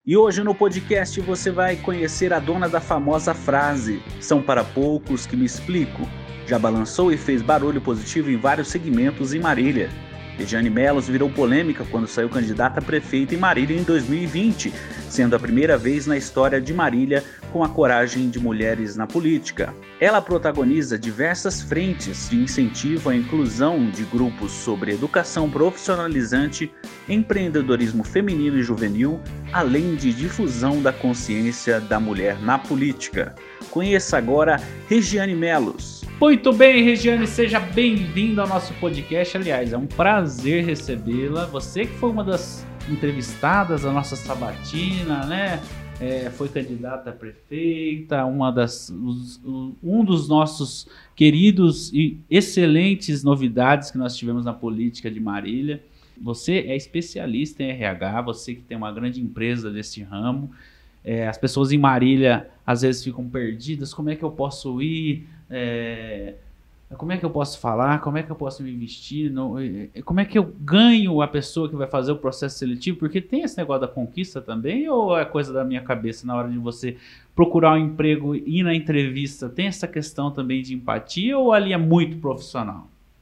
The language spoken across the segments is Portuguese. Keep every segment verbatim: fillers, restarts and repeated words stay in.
E hoje no podcast você vai conhecer a dona da famosa frase: "São para poucos que me explico". Já balançou e fez barulho positivo em vários segmentos em Marília. Regiane Melos virou polêmica quando saiu candidata a prefeita em Marília em dois mil e vinte, sendo a primeira vez na história de Marília com a coragem de mulheres na política. Ela protagoniza diversas frentes de incentivo à inclusão de grupos sobre educação profissionalizante, empreendedorismo feminino e juvenil, além de difusão da consciência da mulher na política. Conheça agora Regiane Melos. Muito bem, Regiane, seja bem-vinda ao nosso podcast. Aliás, é um prazer recebê-la. Você que foi uma das entrevistadas da nossa sabatina, né? É, foi candidata a prefeita, uma das, os, um dos nossos queridos e excelentes novidades que nós tivemos na política de Marília. Você é especialista em R H, você que tem uma grande empresa desse ramo. É, as pessoas em Marília às vezes ficam perdidas. Como é que eu posso ir? É, como é que eu posso falar? Como é que eu posso me investir? No, como é que eu ganho a pessoa que vai fazer o processo seletivo? Porque tem esse negócio da conquista também, ou é coisa da minha cabeça na hora de você procurar um emprego e ir na entrevista? Tem essa questão também de empatia, ou ali é muito profissional?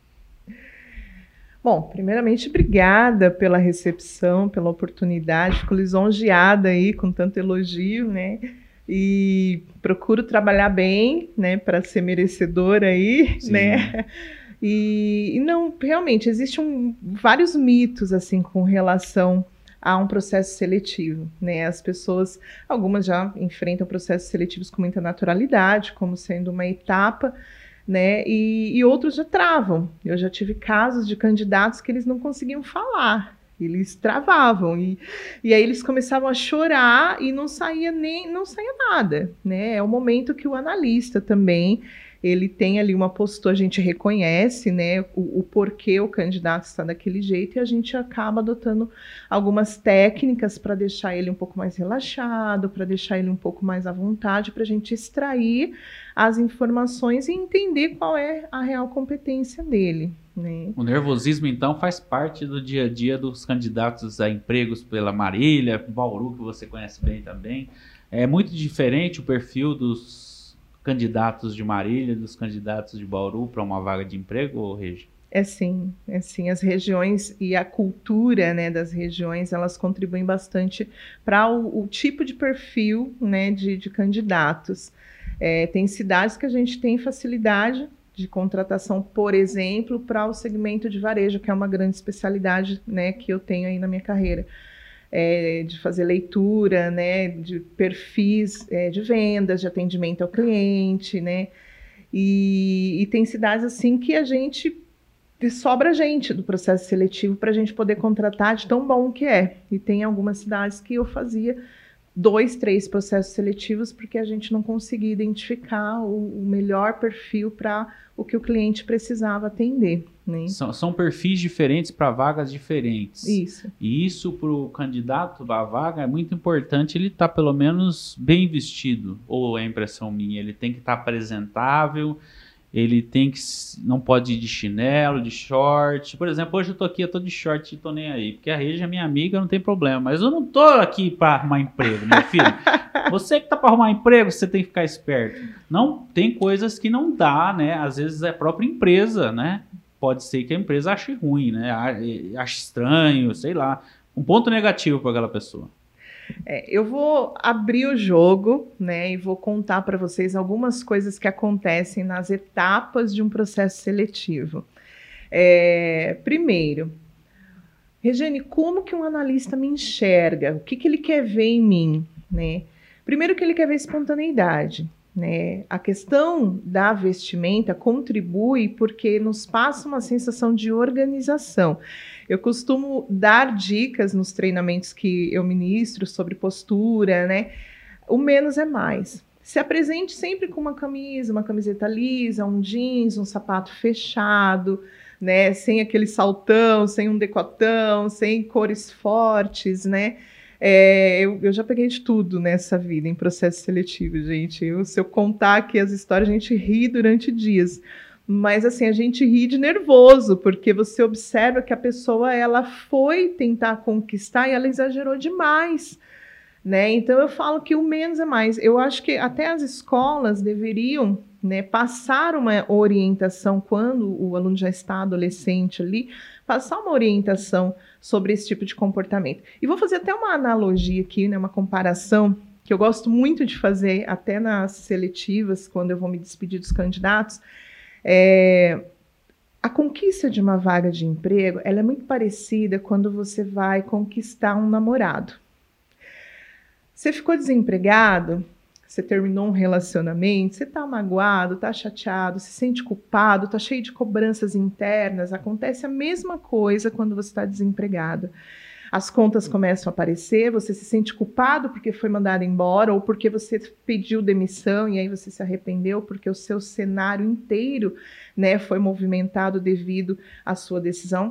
Bom, primeiramente, obrigada pela recepção, pela oportunidade. Fico lisonjeada aí com tanto elogio, né? E procuro trabalhar bem, né, para ser merecedora aí, Sim. né? E, e não, realmente, existem um, vários mitos, assim, com relação a um processo seletivo, né? As pessoas, algumas já enfrentam processos seletivos com muita naturalidade, como sendo uma etapa, né? E, e outros já travam. Eu já tive casos de candidatos que eles não conseguiam falar. Eles travavam e, e aí eles começavam a chorar e não saía nem não saía nada, né? É o momento que o analista também ele tem ali uma postura, a gente reconhece, né, o, o porquê o candidato está daquele jeito e a gente acaba adotando algumas técnicas para deixar ele um pouco mais relaxado, para deixar ele um pouco mais à vontade, para a gente extrair as informações e entender qual é a real competência dele. Né? O nervosismo, então, faz parte do dia a dia dos candidatos a empregos pela Marília, Bauru, que você conhece bem também. É muito diferente o perfil dos candidatos de Marília, dos candidatos de Bauru para uma vaga de emprego, Regi? É sim, é sim. As regiões e a cultura, né, das regiões, elas contribuem bastante para o, o tipo de perfil, né, de, de candidatos. É, tem cidades que a gente tem facilidade de contratação, por exemplo, para o segmento de varejo, que é uma grande especialidade, né, que eu tenho aí na minha carreira. É, de fazer leitura, né, de perfis é, de vendas, de atendimento ao cliente, né, e, e tem cidades assim que a gente, que sobra gente do processo seletivo para a gente poder contratar de tão bom que é, e tem algumas cidades que eu fazia dois, três processos seletivos porque a gente não conseguia identificar o, o melhor perfil para o que o cliente precisava atender. Né? São, são perfis diferentes para vagas diferentes. Isso. E isso para o candidato à vaga é muito importante, ele estar tá pelo menos bem vestido, ou é impressão minha, ele tem que estar tá apresentável, ele tem que, não pode ir de chinelo, de short. Por exemplo, hoje eu tô aqui, eu tô de short e tô nem aí, porque a Regi é minha amiga, não tem problema, mas eu não tô aqui para arrumar emprego, meu filho. Você que tá para arrumar emprego, você tem que ficar esperto. Não, tem coisas que não dá, né? Às vezes é a própria empresa, né? Pode ser que a empresa ache ruim, né? Ache estranho, sei lá. Um ponto negativo para aquela pessoa. É, eu vou abrir o jogo, né, e vou contar para vocês algumas coisas que acontecem nas etapas de um processo seletivo. É, primeiro, Regiane, como que um analista me enxerga? O que, que ele quer ver em mim? Né? Primeiro que ele quer ver espontaneidade. Né? A questão da vestimenta contribui porque nos passa uma sensação de organização. Eu costumo dar dicas nos treinamentos que eu ministro sobre postura, né? O menos é mais. Se apresente sempre com uma camisa, uma camiseta lisa, um jeans, um sapato fechado, né? Sem aquele saltão, sem um decotão, sem cores fortes, né? É, eu, eu já peguei de tudo nessa vida, em processo seletivo, gente. Eu, se eu contar aqui as histórias, a gente ri durante dias. Mas, assim, a gente ri de nervoso, porque você observa que a pessoa, ela foi tentar conquistar e ela exagerou demais, né? Então eu falo que o menos é mais. Eu acho que até as escolas deveriam, né, passar uma orientação quando o aluno já está adolescente ali, passar uma orientação sobre esse tipo de comportamento. E vou fazer até uma analogia aqui, né, uma comparação que eu gosto muito de fazer até nas seletivas, quando eu vou me despedir dos candidatos. É, a conquista de uma vaga de emprego, ela é muito parecida quando você vai conquistar um namorado. Você ficou desempregado, você terminou um relacionamento, você está magoado, está chateado, se sente culpado, está cheio de cobranças internas. Acontece a mesma coisa quando você está desempregado. As contas começam a aparecer, você se sente culpado porque foi mandado embora ou porque você pediu demissão e aí você se arrependeu porque o seu cenário inteiro, né, foi movimentado devido à sua decisão.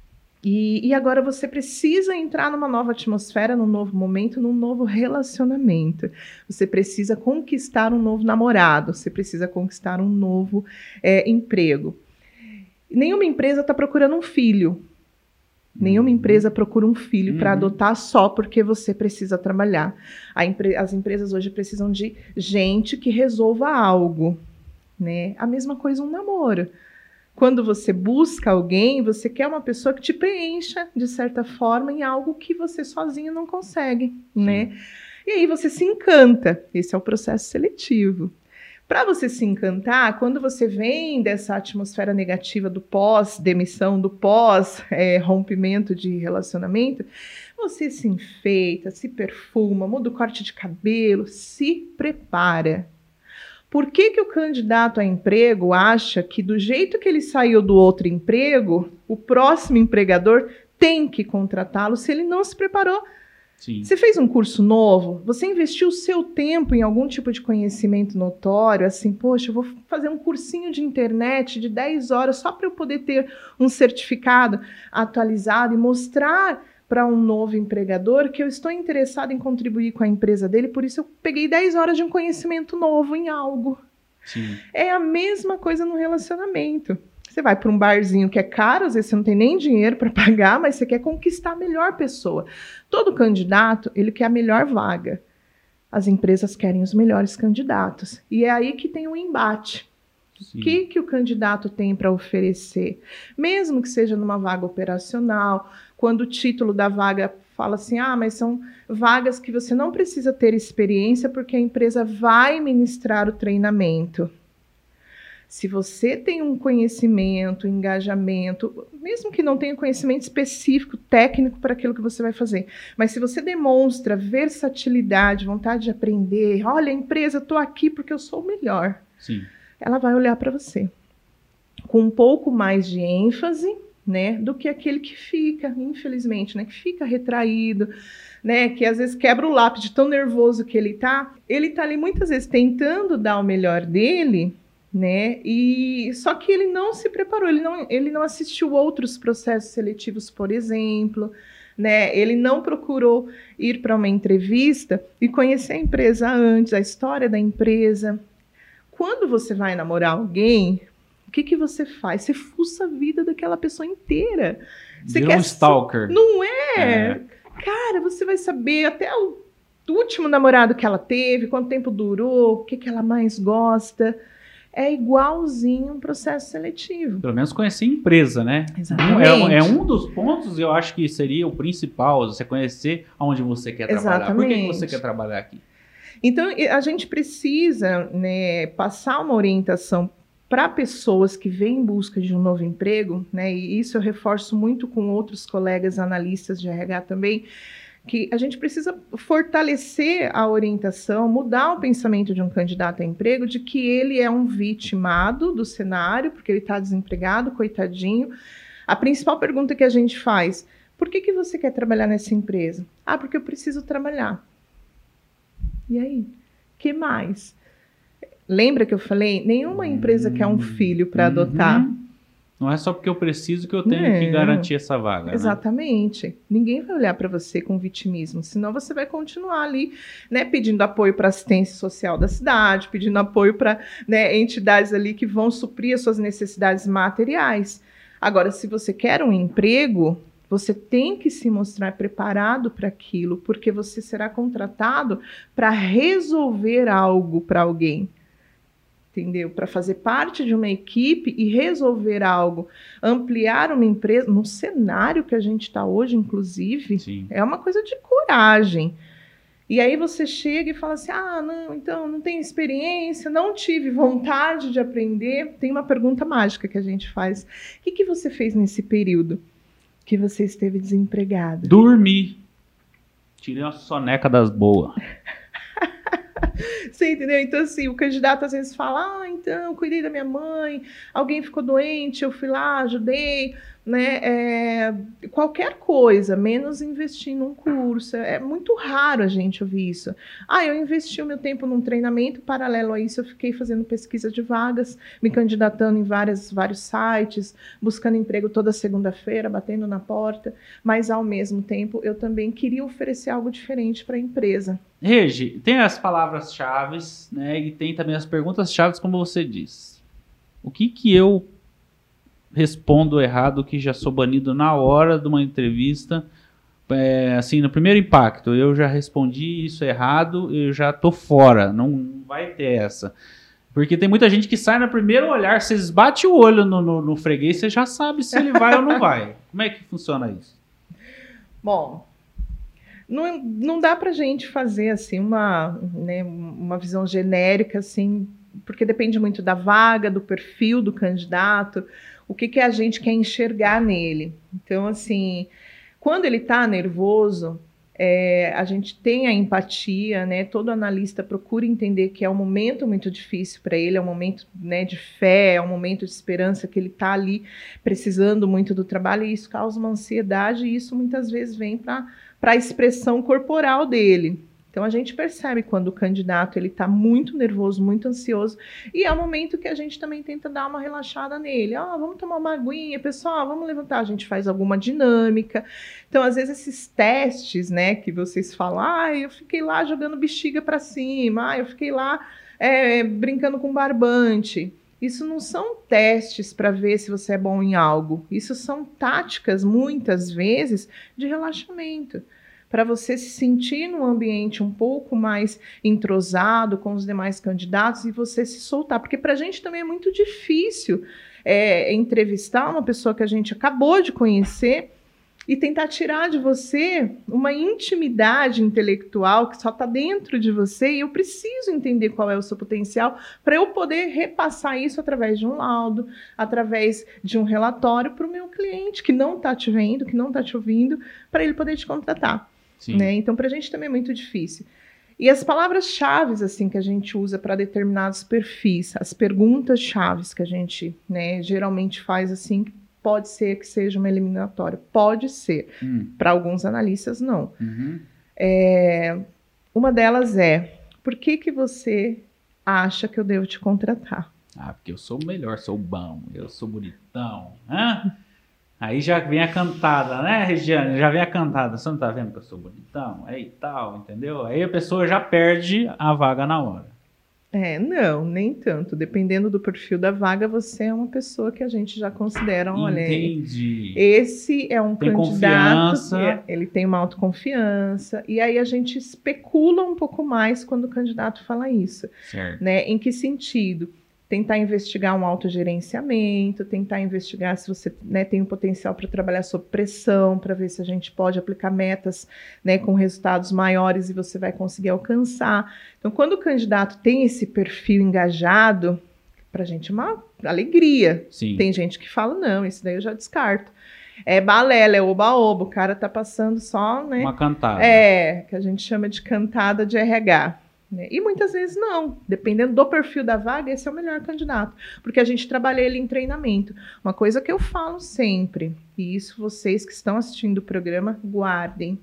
E, e agora você precisa entrar numa nova atmosfera, num novo momento, num novo relacionamento. Você precisa conquistar um novo namorado, você precisa conquistar um novo é, emprego. Nenhuma empresa está procurando um filho. Nenhuma empresa procura um filho uhum. para adotar só porque você precisa trabalhar. A empre- as empresas hoje precisam de gente que resolva algo, né? A mesma coisa um namoro. Quando você busca alguém, você quer uma pessoa que te preencha, de certa forma, em algo que você sozinho não consegue, né? E aí você se encanta. Esse é o processo seletivo. Para você se encantar, quando você vem dessa atmosfera negativa do pós-demissão, do pós-rompimento de relacionamento, você se enfeita, se perfuma, muda o corte de cabelo, se prepara. Por que que o candidato a emprego acha que do jeito que ele saiu do outro emprego, o próximo empregador tem que contratá-lo se ele não se preparou? Sim. Você fez um curso novo, você investiu o seu tempo em algum tipo de conhecimento notório, assim, poxa, eu vou fazer um cursinho de internet de dez horas só para eu poder ter um certificado atualizado e mostrar para um novo empregador que eu estou interessado em contribuir com a empresa dele, por isso eu peguei dez horas de um conhecimento novo em algo. Sim. É a mesma coisa no relacionamento. Você vai para um barzinho que é caro, às vezes você não tem nem dinheiro para pagar, mas você quer conquistar a melhor pessoa. Todo candidato, ele quer a melhor vaga. As empresas querem os melhores candidatos. E é aí que tem um embate. Sim. O que, que o candidato tem para oferecer? Mesmo que seja numa vaga operacional, quando o título da vaga fala assim, ah, mas são vagas que você não precisa ter experiência porque a empresa vai ministrar o treinamento. Se você tem um conhecimento, engajamento, mesmo que não tenha conhecimento específico, técnico para aquilo que você vai fazer, mas se você demonstra versatilidade, vontade de aprender, olha, empresa, eu estou aqui porque eu sou o melhor. Sim. Ela vai olhar para você com um pouco mais de ênfase, né, do que aquele que fica, infelizmente, né, que fica retraído, né, que às vezes quebra o lápis de tão nervoso que ele tá. Ele tá ali muitas vezes tentando dar o melhor dele, né, e só que ele não se preparou, ele não, ele não assistiu outros processos seletivos, por exemplo, né, ele não procurou ir para uma entrevista e conhecer a empresa antes, a história da empresa. Quando você vai namorar alguém, o que, que você faz? Você fuça a vida daquela pessoa inteira. Você Vira quer um stalker. Não é? é? Cara, você vai saber até o último namorado que ela teve, quanto tempo durou, o que, que ela mais gosta. É igualzinho um processo seletivo. Pelo menos conhecer a empresa, né? Exatamente. É, um- é um dos pontos, eu acho que seria o principal, você conhecer onde você quer trabalhar. Por que que você quer trabalhar aqui? Então, a gente precisa, né, passar uma orientação para pessoas que vêm em busca de um novo emprego, né, e isso eu reforço muito com outros colegas analistas de R H também, que a gente precisa fortalecer a orientação, mudar o pensamento de um candidato a emprego, de que ele é um vitimado do cenário, porque ele está desempregado, coitadinho. A principal pergunta que a gente faz, por que que você quer trabalhar nessa empresa? Ah, porque eu preciso trabalhar. E aí? Que mais? Lembra que eu falei? Nenhuma empresa quer um filho para Uhum. adotar. Não é só porque eu preciso que eu tenho Não. que garantir essa vaga. Exatamente. Né? Ninguém vai olhar para você com vitimismo, senão você vai continuar ali, né, pedindo apoio para assistência social da cidade, pedindo apoio para, né, entidades ali que vão suprir as suas necessidades materiais. Agora, se você quer um emprego, Você tem que se mostrar preparado para aquilo, porque você será contratado para resolver algo para alguém. Entendeu? Para fazer parte de uma equipe e resolver algo, ampliar uma empresa, no cenário que a gente está hoje, inclusive, Sim. é uma coisa de coragem. E aí você chega e fala assim, ah, não, então, não tenho experiência, não tive vontade de aprender. Tem uma pergunta mágica que a gente faz. O que, que você fez nesse período que você esteve desempregado? Dormi. Tirei uma soneca das boas. Você entendeu? Então, assim, o candidato às vezes fala, ah, então, cuidei da minha mãe, alguém ficou doente, eu fui lá, ajudei, né? É, qualquer coisa, menos investir num curso. É muito raro a gente ouvir isso. Ah, eu investi o meu tempo num treinamento, paralelo a isso eu fiquei fazendo pesquisa de vagas, me candidatando em várias, vários sites, buscando emprego toda segunda-feira, batendo na porta, mas ao mesmo tempo eu também queria oferecer algo diferente para a empresa. Regi, tem as palavras-chave, né, e tem também as perguntas-chave, como você disse. O que que eu respondo errado que já sou banido na hora de uma entrevista? É, assim, no primeiro impacto, eu já respondi isso errado, eu já tô fora, não, não vai ter essa. Porque tem muita gente que sai no primeiro olhar, vocês batem o olho no, no, no freguês, você já sabe se ele vai ou não vai. Como é que funciona isso? Bom... Não, não dá para a gente fazer assim, uma, né, uma visão genérica, assim, porque depende muito da vaga, do perfil do candidato, o que, que a gente quer enxergar nele. Então, assim, quando ele está nervoso, é, a gente tem a empatia, né? Todo analista procura entender que é um momento muito difícil para ele, é um momento, né, de fé, é um momento de esperança, que ele está ali precisando muito do trabalho, e isso causa uma ansiedade, e isso muitas vezes vem para para a expressão corporal dele. Então, a gente percebe quando o candidato está muito nervoso, muito ansioso, e é o momento que a gente também tenta dar uma relaxada nele. Ah, vamos tomar uma aguinha, pessoal, vamos levantar. A gente faz alguma dinâmica. Então, às vezes, esses testes, né, que vocês falam, ah, eu fiquei lá jogando bexiga para cima, ah, eu fiquei lá é, brincando com barbante. Isso não são testes para ver se você é bom em algo. Isso são táticas, muitas vezes, de relaxamento. Para você se sentir num ambiente um pouco mais entrosado com os demais candidatos e você se soltar. Porque para a gente também é muito difícil é, entrevistar uma pessoa que a gente acabou de conhecer e tentar tirar de você uma intimidade intelectual que só está dentro de você, e eu preciso entender qual é o seu potencial para eu poder repassar isso através de um laudo, através de um relatório para o meu cliente que não está te vendo, que não está te ouvindo, para ele poder te contratar. Né? Então, para a gente também é muito difícil. E as palavras-chave assim, que a gente usa para determinados perfis, as perguntas-chave que a gente, né, geralmente faz assim, pode ser que seja uma eliminatória. Pode ser. Hum. Para alguns analistas, não. Uhum. É, uma delas é, por que, que você acha que eu devo te contratar? Ah, porque eu sou o melhor, sou bom, eu sou bonitão. Hã? Aí já vem a cantada, né, Regiane? Já vem a cantada. Você não tá vendo que eu sou bonitão? Aí tal, entendeu? Aí a pessoa já perde a vaga na hora. É, não, nem tanto. Dependendo do perfil da vaga, você é uma pessoa que a gente já considera, olha, entendi. Esse é um tem candidato, confiança. Ele tem uma autoconfiança, e aí a gente especula um pouco mais quando o candidato fala isso. Certo. Né? Em que sentido? Tentar investigar um autogerenciamento, tentar investigar se você, né, tem um potencial para trabalhar sob pressão, para ver se a gente pode aplicar metas, né, com resultados maiores e você vai conseguir alcançar. Então, quando o candidato tem esse perfil engajado, para a gente é uma alegria. Sim. Tem gente que fala, não, isso daí eu já descarto. É balela, é oba-oba, o cara tá passando só, né? Uma cantada. É, que a gente chama de cantada de R H. Né? E muitas vezes não, dependendo do perfil da vaga, esse é o melhor candidato, porque a gente trabalha ele em treinamento. Uma coisa que eu falo sempre, e isso vocês que estão assistindo o programa, guardem.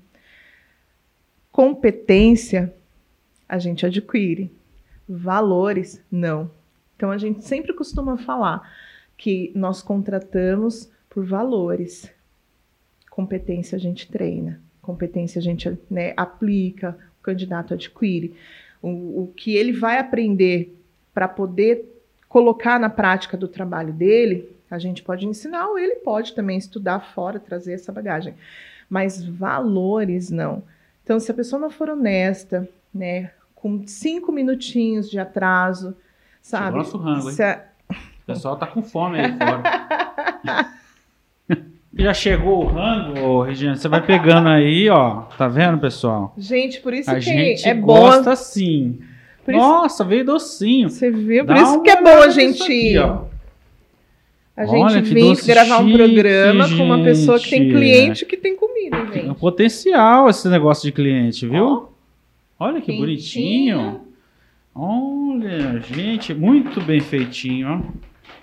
Competência, a gente adquire. Valores, não. Então, a gente sempre costuma falar que nós contratamos por valores. Competência a gente treina, competência a gente, né, aplica, o candidato adquire. O, o que ele vai aprender para poder colocar na prática do trabalho dele, A gente pode ensinar ou ele pode também estudar fora, trazer essa bagagem. Mas valores, não. Então, se a pessoa não for honesta, né, com cinco minutinhos de atraso, sabe? Chegou nosso rango, hein? A... O pessoal tá com fome aí fora. Já chegou o rango, Regina? Você vai pegando aí, ó. Tá vendo, pessoal? Gente, por isso a que gente é bom. gosta sim. Por isso... Nossa, veio docinho. Você viu? Dá Por isso que é bom a gente... Aqui, ó. A gente Olha, vir gravar chique, um programa com uma pessoa que tem gente. cliente que tem comida, gente. Tem um potencial esse negócio de cliente, viu? Ó, olha que quentinho. bonitinho. Olha, gente, muito bem feitinho, ó.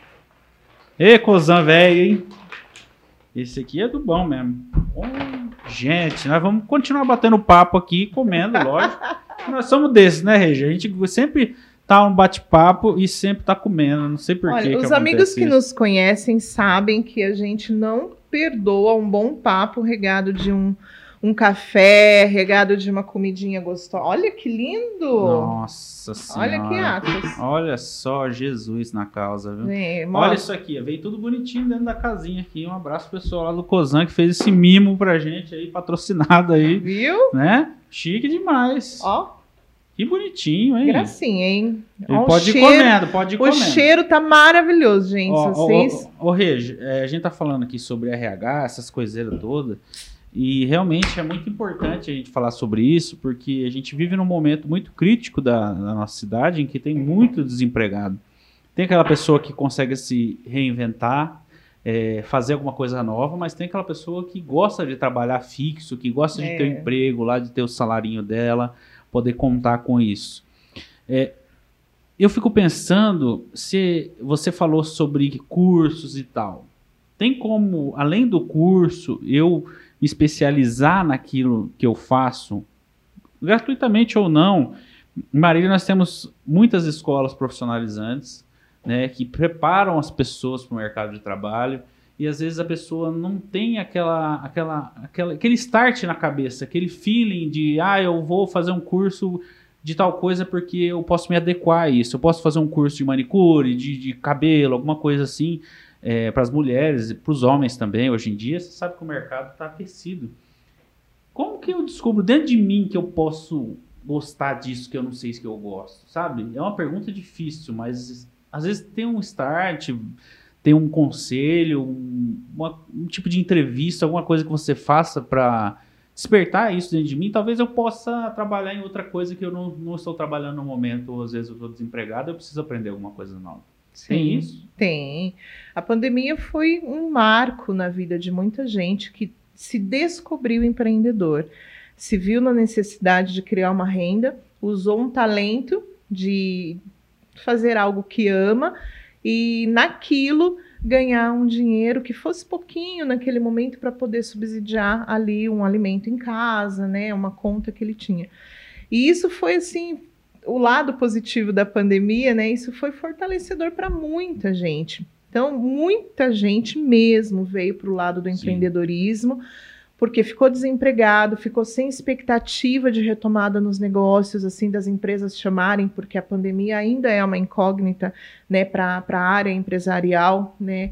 Ê, cozão velho, hein? Esse aqui é do bom mesmo. Oh, gente, nós vamos continuar batendo papo aqui, comendo, lógico. Nós somos desses, né, Regi? A gente sempre tá um bate-papo e sempre tá comendo. Não sei por Olha, que os que amigos que isso. nos conhecem sabem que a gente não perdoa um bom papo regado de um, um café, regado de uma comidinha gostosa. Olha que lindo! Nossa Senhora. Olha que atos. Olha só, Jesus na causa, viu? É, Olha mostra. isso aqui, veio tudo bonitinho dentro da casinha aqui. Um abraço pro pessoal lá do Cozan que fez esse mimo pra gente aí, patrocinado aí, Viu? né? Chique demais. Ó, Que bonitinho, hein? gracinha, hein? E Ó, o pode ir cheiro- comendo, pode ir O comendo. cheiro tá maravilhoso, gente. Ó, ó, Vocês... ó, ó, Regi, é, a gente tá falando aqui sobre R H, essas coiseiras todas, e realmente é muito importante a gente falar sobre isso, porque a gente vive num momento muito crítico da, da nossa cidade, em que tem muito desempregado. Tem aquela pessoa que consegue se reinventar, é, fazer alguma coisa nova, mas tem aquela pessoa que gosta de trabalhar fixo, que gosta de É. ter um emprego lá, de ter o salarinho dela, poder contar com isso. É, eu fico pensando, se você falou sobre cursos e tal, tem como, além do curso, eu me especializar naquilo que eu faço, gratuitamente ou não? Em Marília nós temos muitas escolas profissionalizantes, né, que preparam as pessoas para o mercado de trabalho, e às vezes a pessoa não tem aquela, aquela, aquela, aquele start na cabeça, aquele feeling de, ah, eu vou fazer um curso de tal coisa porque eu posso me adequar a isso, eu posso fazer um curso de manicure, de, de cabelo, alguma coisa assim, é, para as mulheres, para os homens também. Hoje em dia, você sabe que o mercado está aquecido. Como que eu descubro dentro de mim que eu posso gostar disso que eu não sei se que eu gosto, sabe? É uma pergunta difícil, mas às vezes tem um start, tem um conselho, um, uma, um tipo de entrevista, alguma coisa que você faça para despertar isso dentro de mim. Talvez eu possa trabalhar em outra coisa que eu não, não estou trabalhando no momento, ou às vezes eu estou desempregado, eu preciso aprender alguma coisa nova. Tem isso? Tem. A pandemia foi um marco na vida de muita gente que se descobriu empreendedor, se viu na necessidade de criar uma renda, usou um talento de fazer algo que ama e naquilo ganhar um dinheiro que fosse pouquinho naquele momento para poder subsidiar ali um alimento em casa, né, uma conta que ele tinha. E isso foi assim, o lado positivo da pandemia, né, isso foi fortalecedor para muita gente. Então, muita gente mesmo veio para o lado do empreendedorismo, porque ficou desempregado, ficou sem expectativa de retomada nos negócios, assim, das empresas chamarem, porque a pandemia ainda é uma incógnita, né, para a área empresarial, né,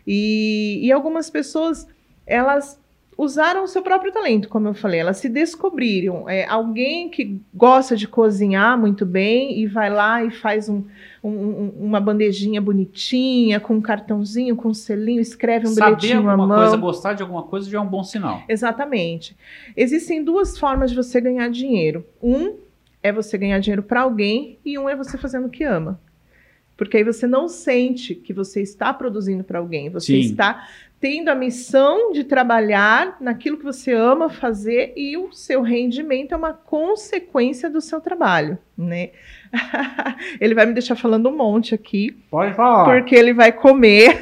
e, e algumas pessoas, elas usaram o seu próprio talento, como eu falei, elas se descobriram. É, alguém que gosta de cozinhar muito bem e vai lá e faz um, um, uma bandejinha bonitinha, com um cartãozinho, com um selinho, escreve um Saber bilhetinho à alguma mão. coisa, gostar de alguma coisa já é um bom sinal. Exatamente. Existem duas formas de você ganhar dinheiro. Um é você ganhar dinheiro para alguém e um é você fazendo o que ama. Porque aí você não sente que você está produzindo para alguém, você Sim. está tendo a missão de trabalhar naquilo que você ama fazer e o seu rendimento é uma consequência do seu trabalho, né? Ele vai me deixar falando um monte aqui, Pode falar. porque ele vai comer.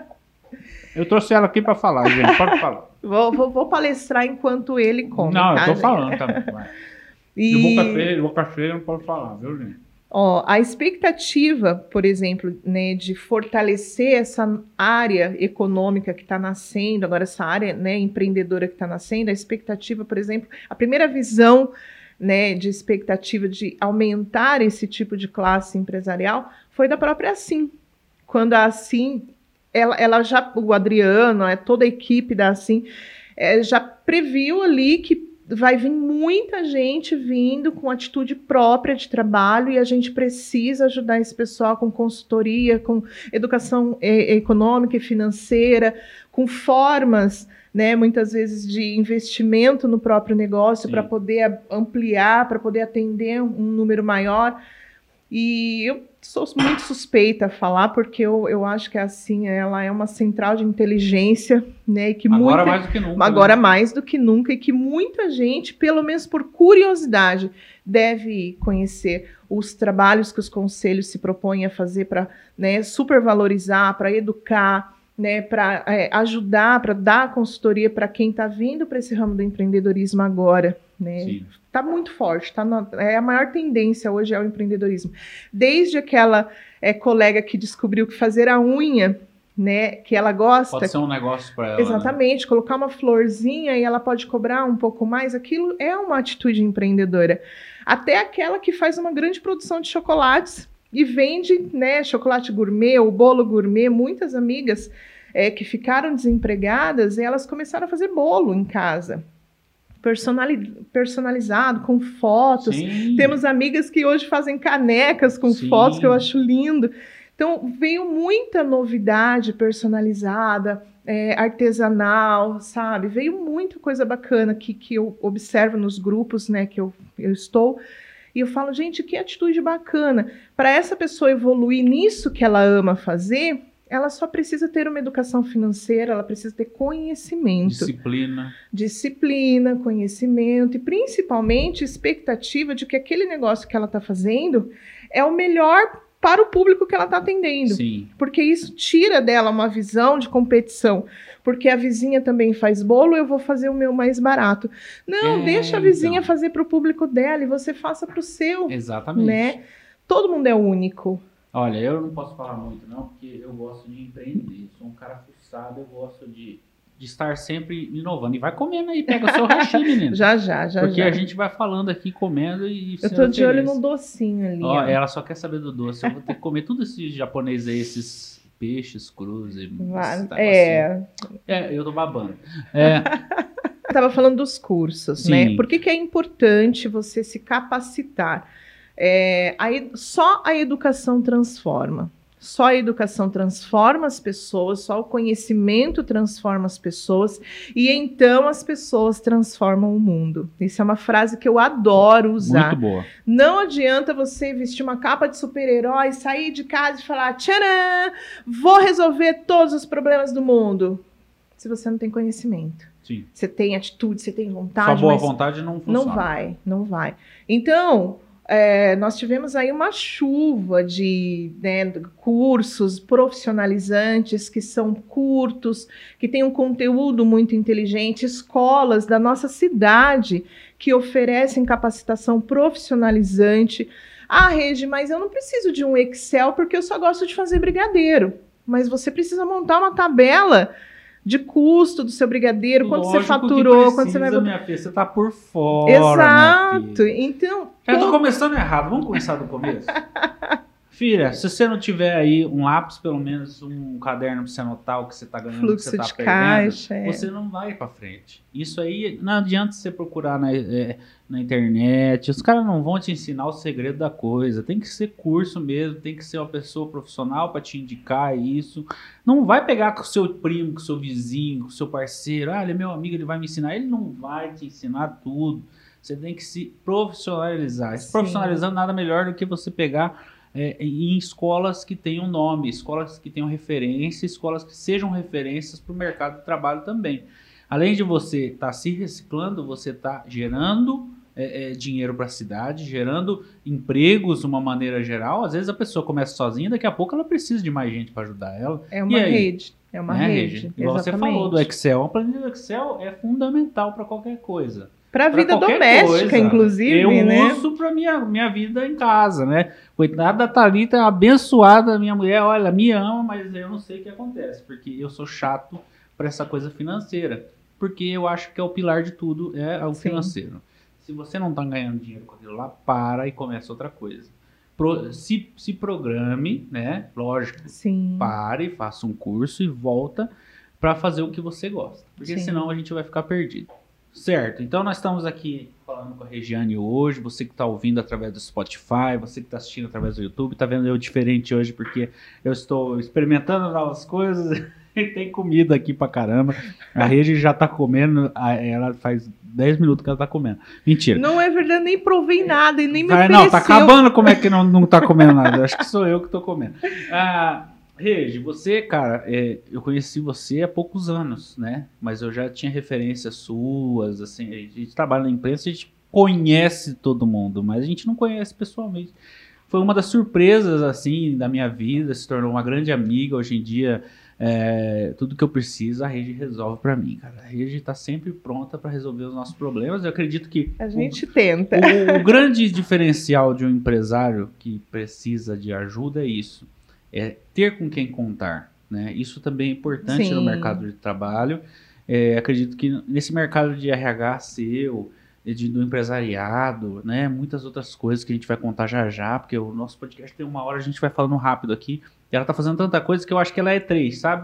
Eu trouxe ela aqui para falar, gente. Pode falar. Vou, vou, vou palestrar enquanto ele come. Não, tá, eu tô gente? falando também. Vai. E... De boca cheia, de boca cheia não pode falar, viu, gente? Ó, a expectativa, por exemplo, né, de fortalecer essa área econômica que está nascendo, agora essa área, né, empreendedora que está nascendo, a expectativa, por exemplo, a primeira visão, né, de expectativa de aumentar esse tipo de classe empresarial foi da própria Assim. Quando a Assim ela, ela já, o Adriano, é, toda a equipe da Assim, é, já previu ali que vai vir muita gente vindo com atitude própria de trabalho e a gente precisa ajudar esse pessoal com consultoria, com educação eh, econômica e financeira, com formas, né, muitas vezes de investimento no próprio negócio para poder ampliar, para poder atender um número maior. E eu sou muito suspeita a falar, porque eu, eu acho que assim, ela é uma central de inteligência, né? E que agora muita, mais do que nunca. Agora né? mais do que nunca, e que muita gente, pelo menos por curiosidade, deve conhecer os trabalhos que os conselhos se propõem a fazer para, né, supervalorizar, para educar, né, para é, ajudar, para dar consultoria para quem está vindo para esse ramo do empreendedorismo agora. Né? Está muito forte, tá na, é a maior tendência hoje é o empreendedorismo. Desde aquela é, colega que descobriu que fazer a unha, né, que ela gosta... Pode ser um negócio para ela. Exatamente, né? Colocar uma florzinha e ela pode cobrar um pouco mais, aquilo é uma atitude empreendedora. Até aquela que faz uma grande produção de chocolates e vende, né, chocolate gourmet, o bolo gourmet. Muitas amigas é, que ficaram desempregadas, elas começaram a fazer bolo em casa. Personalizado, com fotos. Sim. Temos amigas que hoje fazem canecas com Sim. fotos, que eu acho lindo. Então, veio muita novidade personalizada, é, artesanal, sabe? Veio muita coisa bacana que, que eu observo nos grupos, né, que eu, eu estou. E eu falo, gente, que atitude bacana. Para essa pessoa evoluir nisso que ela ama fazer... ela só precisa ter uma educação financeira, ela precisa ter conhecimento. Disciplina. Disciplina, conhecimento e, principalmente, expectativa de que aquele negócio que ela está fazendo é o melhor para o público que ela está atendendo. Sim. Porque isso tira dela uma visão de competição. Porque a vizinha também faz bolo, eu vou fazer o meu mais barato. Não, é, deixa a vizinha então. fazer para o público dela e você faça para o seu. Exatamente. Né? Todo mundo é único. Olha, eu não posso falar muito não, porque eu gosto de empreender, sou um cara fuçado, eu gosto de, de estar sempre inovando. E vai comendo aí, pega o seu hashi, menino. Já, já, já. Porque já. a gente vai falando aqui, comendo e... Eu tô de olho no docinho ali. Ó, ó. Ela só quer saber do doce, eu vou ter que comer tudo esse japonês aí, esses peixes crus. E vai, é... Assim. É, eu tô babando. É... Eu tava falando dos cursos, Sim. né? Por que que é importante você se capacitar? É, a, só a educação transforma. Só a educação transforma as pessoas, só o conhecimento transforma as pessoas, e então as pessoas transformam o mundo. Isso é uma frase que eu adoro usar. Muito boa. Não adianta você vestir uma capa de super-herói, sair de casa e falar, tcharam, vou resolver todos os problemas do mundo, se você não tem conhecimento. Sim. Você tem atitude, você tem vontade. Só boa mas vontade não funciona. Não vai, não vai. Então... É, nós tivemos aí uma chuva de, né, cursos profissionalizantes que são curtos, que têm um conteúdo muito inteligente, escolas da nossa cidade que oferecem capacitação profissionalizante. Ah, Regi, mas eu não preciso de um Excel porque eu só gosto de fazer brigadeiro. Mas você precisa montar uma tabela de custo do seu brigadeiro, quanto Lógico você faturou, precisa, quanto você vai... minha filha, você tá por fora, Exato. Então... Eu tô começando errado, vamos começar do começo? Filha, se você não tiver aí um lápis, pelo menos um caderno para você anotar o que você tá ganhando, fluxo o que você tá de perdendo, caixa, é. você não vai para frente. Isso aí, não adianta você procurar na, é, na internet, os caras não vão te ensinar o segredo da coisa, tem que ser curso mesmo, tem que ser uma pessoa profissional para te indicar isso. Não vai pegar com o seu primo, com o seu vizinho, com o seu parceiro, ah, ele é meu amigo, ele vai me ensinar. Ele não vai te ensinar tudo. Você tem que se profissionalizar. Se profissionalizando, nada melhor do que você pegar é, em escolas que tenham nome, escolas que tenham referência, escolas que sejam referências para o mercado de trabalho também. Além de você estar tá se reciclando, você está gerando é, é, dinheiro para a cidade, gerando empregos de uma maneira geral. Às vezes a pessoa começa sozinha, daqui a pouco ela precisa de mais gente para ajudar ela. É uma rede. É uma né, rede. rede? Igual você falou do Excel. A planilha do Excel é fundamental para qualquer coisa. Para a vida doméstica, coisa. Inclusive, eu né? Eu uso para minha, minha vida em casa, né? Coitada da Thalita, abençoada, minha mulher, olha, me ama, mas eu não sei o que acontece, porque eu sou chato para essa coisa financeira. Porque eu acho que é o pilar de tudo, é o Sim. financeiro. Se você não está ganhando dinheiro com aquilo lá, para e começa outra coisa. pro, se, se programe, né? Lógico, Sim. pare, faça um curso e volta para fazer o que você gosta. Porque Sim. senão a gente vai ficar perdido. Certo, então nós estamos aqui falando com a Regiane hoje, você que está ouvindo através do Spotify, você que está assistindo através do YouTube, está vendo eu diferente hoje porque eu estou experimentando novas coisas e tem comida aqui pra caramba. A Regi já tá comendo, ela faz dez minutos que ela tá comendo. Mentira. Não é verdade, nem provei nada e nem me Vai, ofereceu. não, tá acabando, como é que não, não tá comendo nada? Eu acho que sou eu que tô comendo. Ah, Regi, você, cara, é, eu conheci você há poucos anos, né? Mas eu já tinha referências suas, assim, a gente trabalha na imprensa, a gente conhece todo mundo, mas a gente não conhece pessoalmente. Foi uma das surpresas, assim, da minha vida, se tornou uma grande amiga. Hoje em dia, é, tudo que eu preciso, a Regi resolve pra mim, cara. A Regi tá sempre pronta para resolver os nossos problemas. Eu acredito que... A gente o, tenta. O, o grande diferencial de um empresário que precisa de ajuda é isso. É ter com quem contar, né? Isso também é importante Sim. no mercado de trabalho. É, acredito que nesse mercado de R H seu, de, do empresariado, né? Muitas outras coisas que a gente vai contar já já, porque o nosso podcast tem uma hora, a gente vai falando rápido aqui. E ela tá fazendo tanta coisa que eu acho que ela é três, sabe?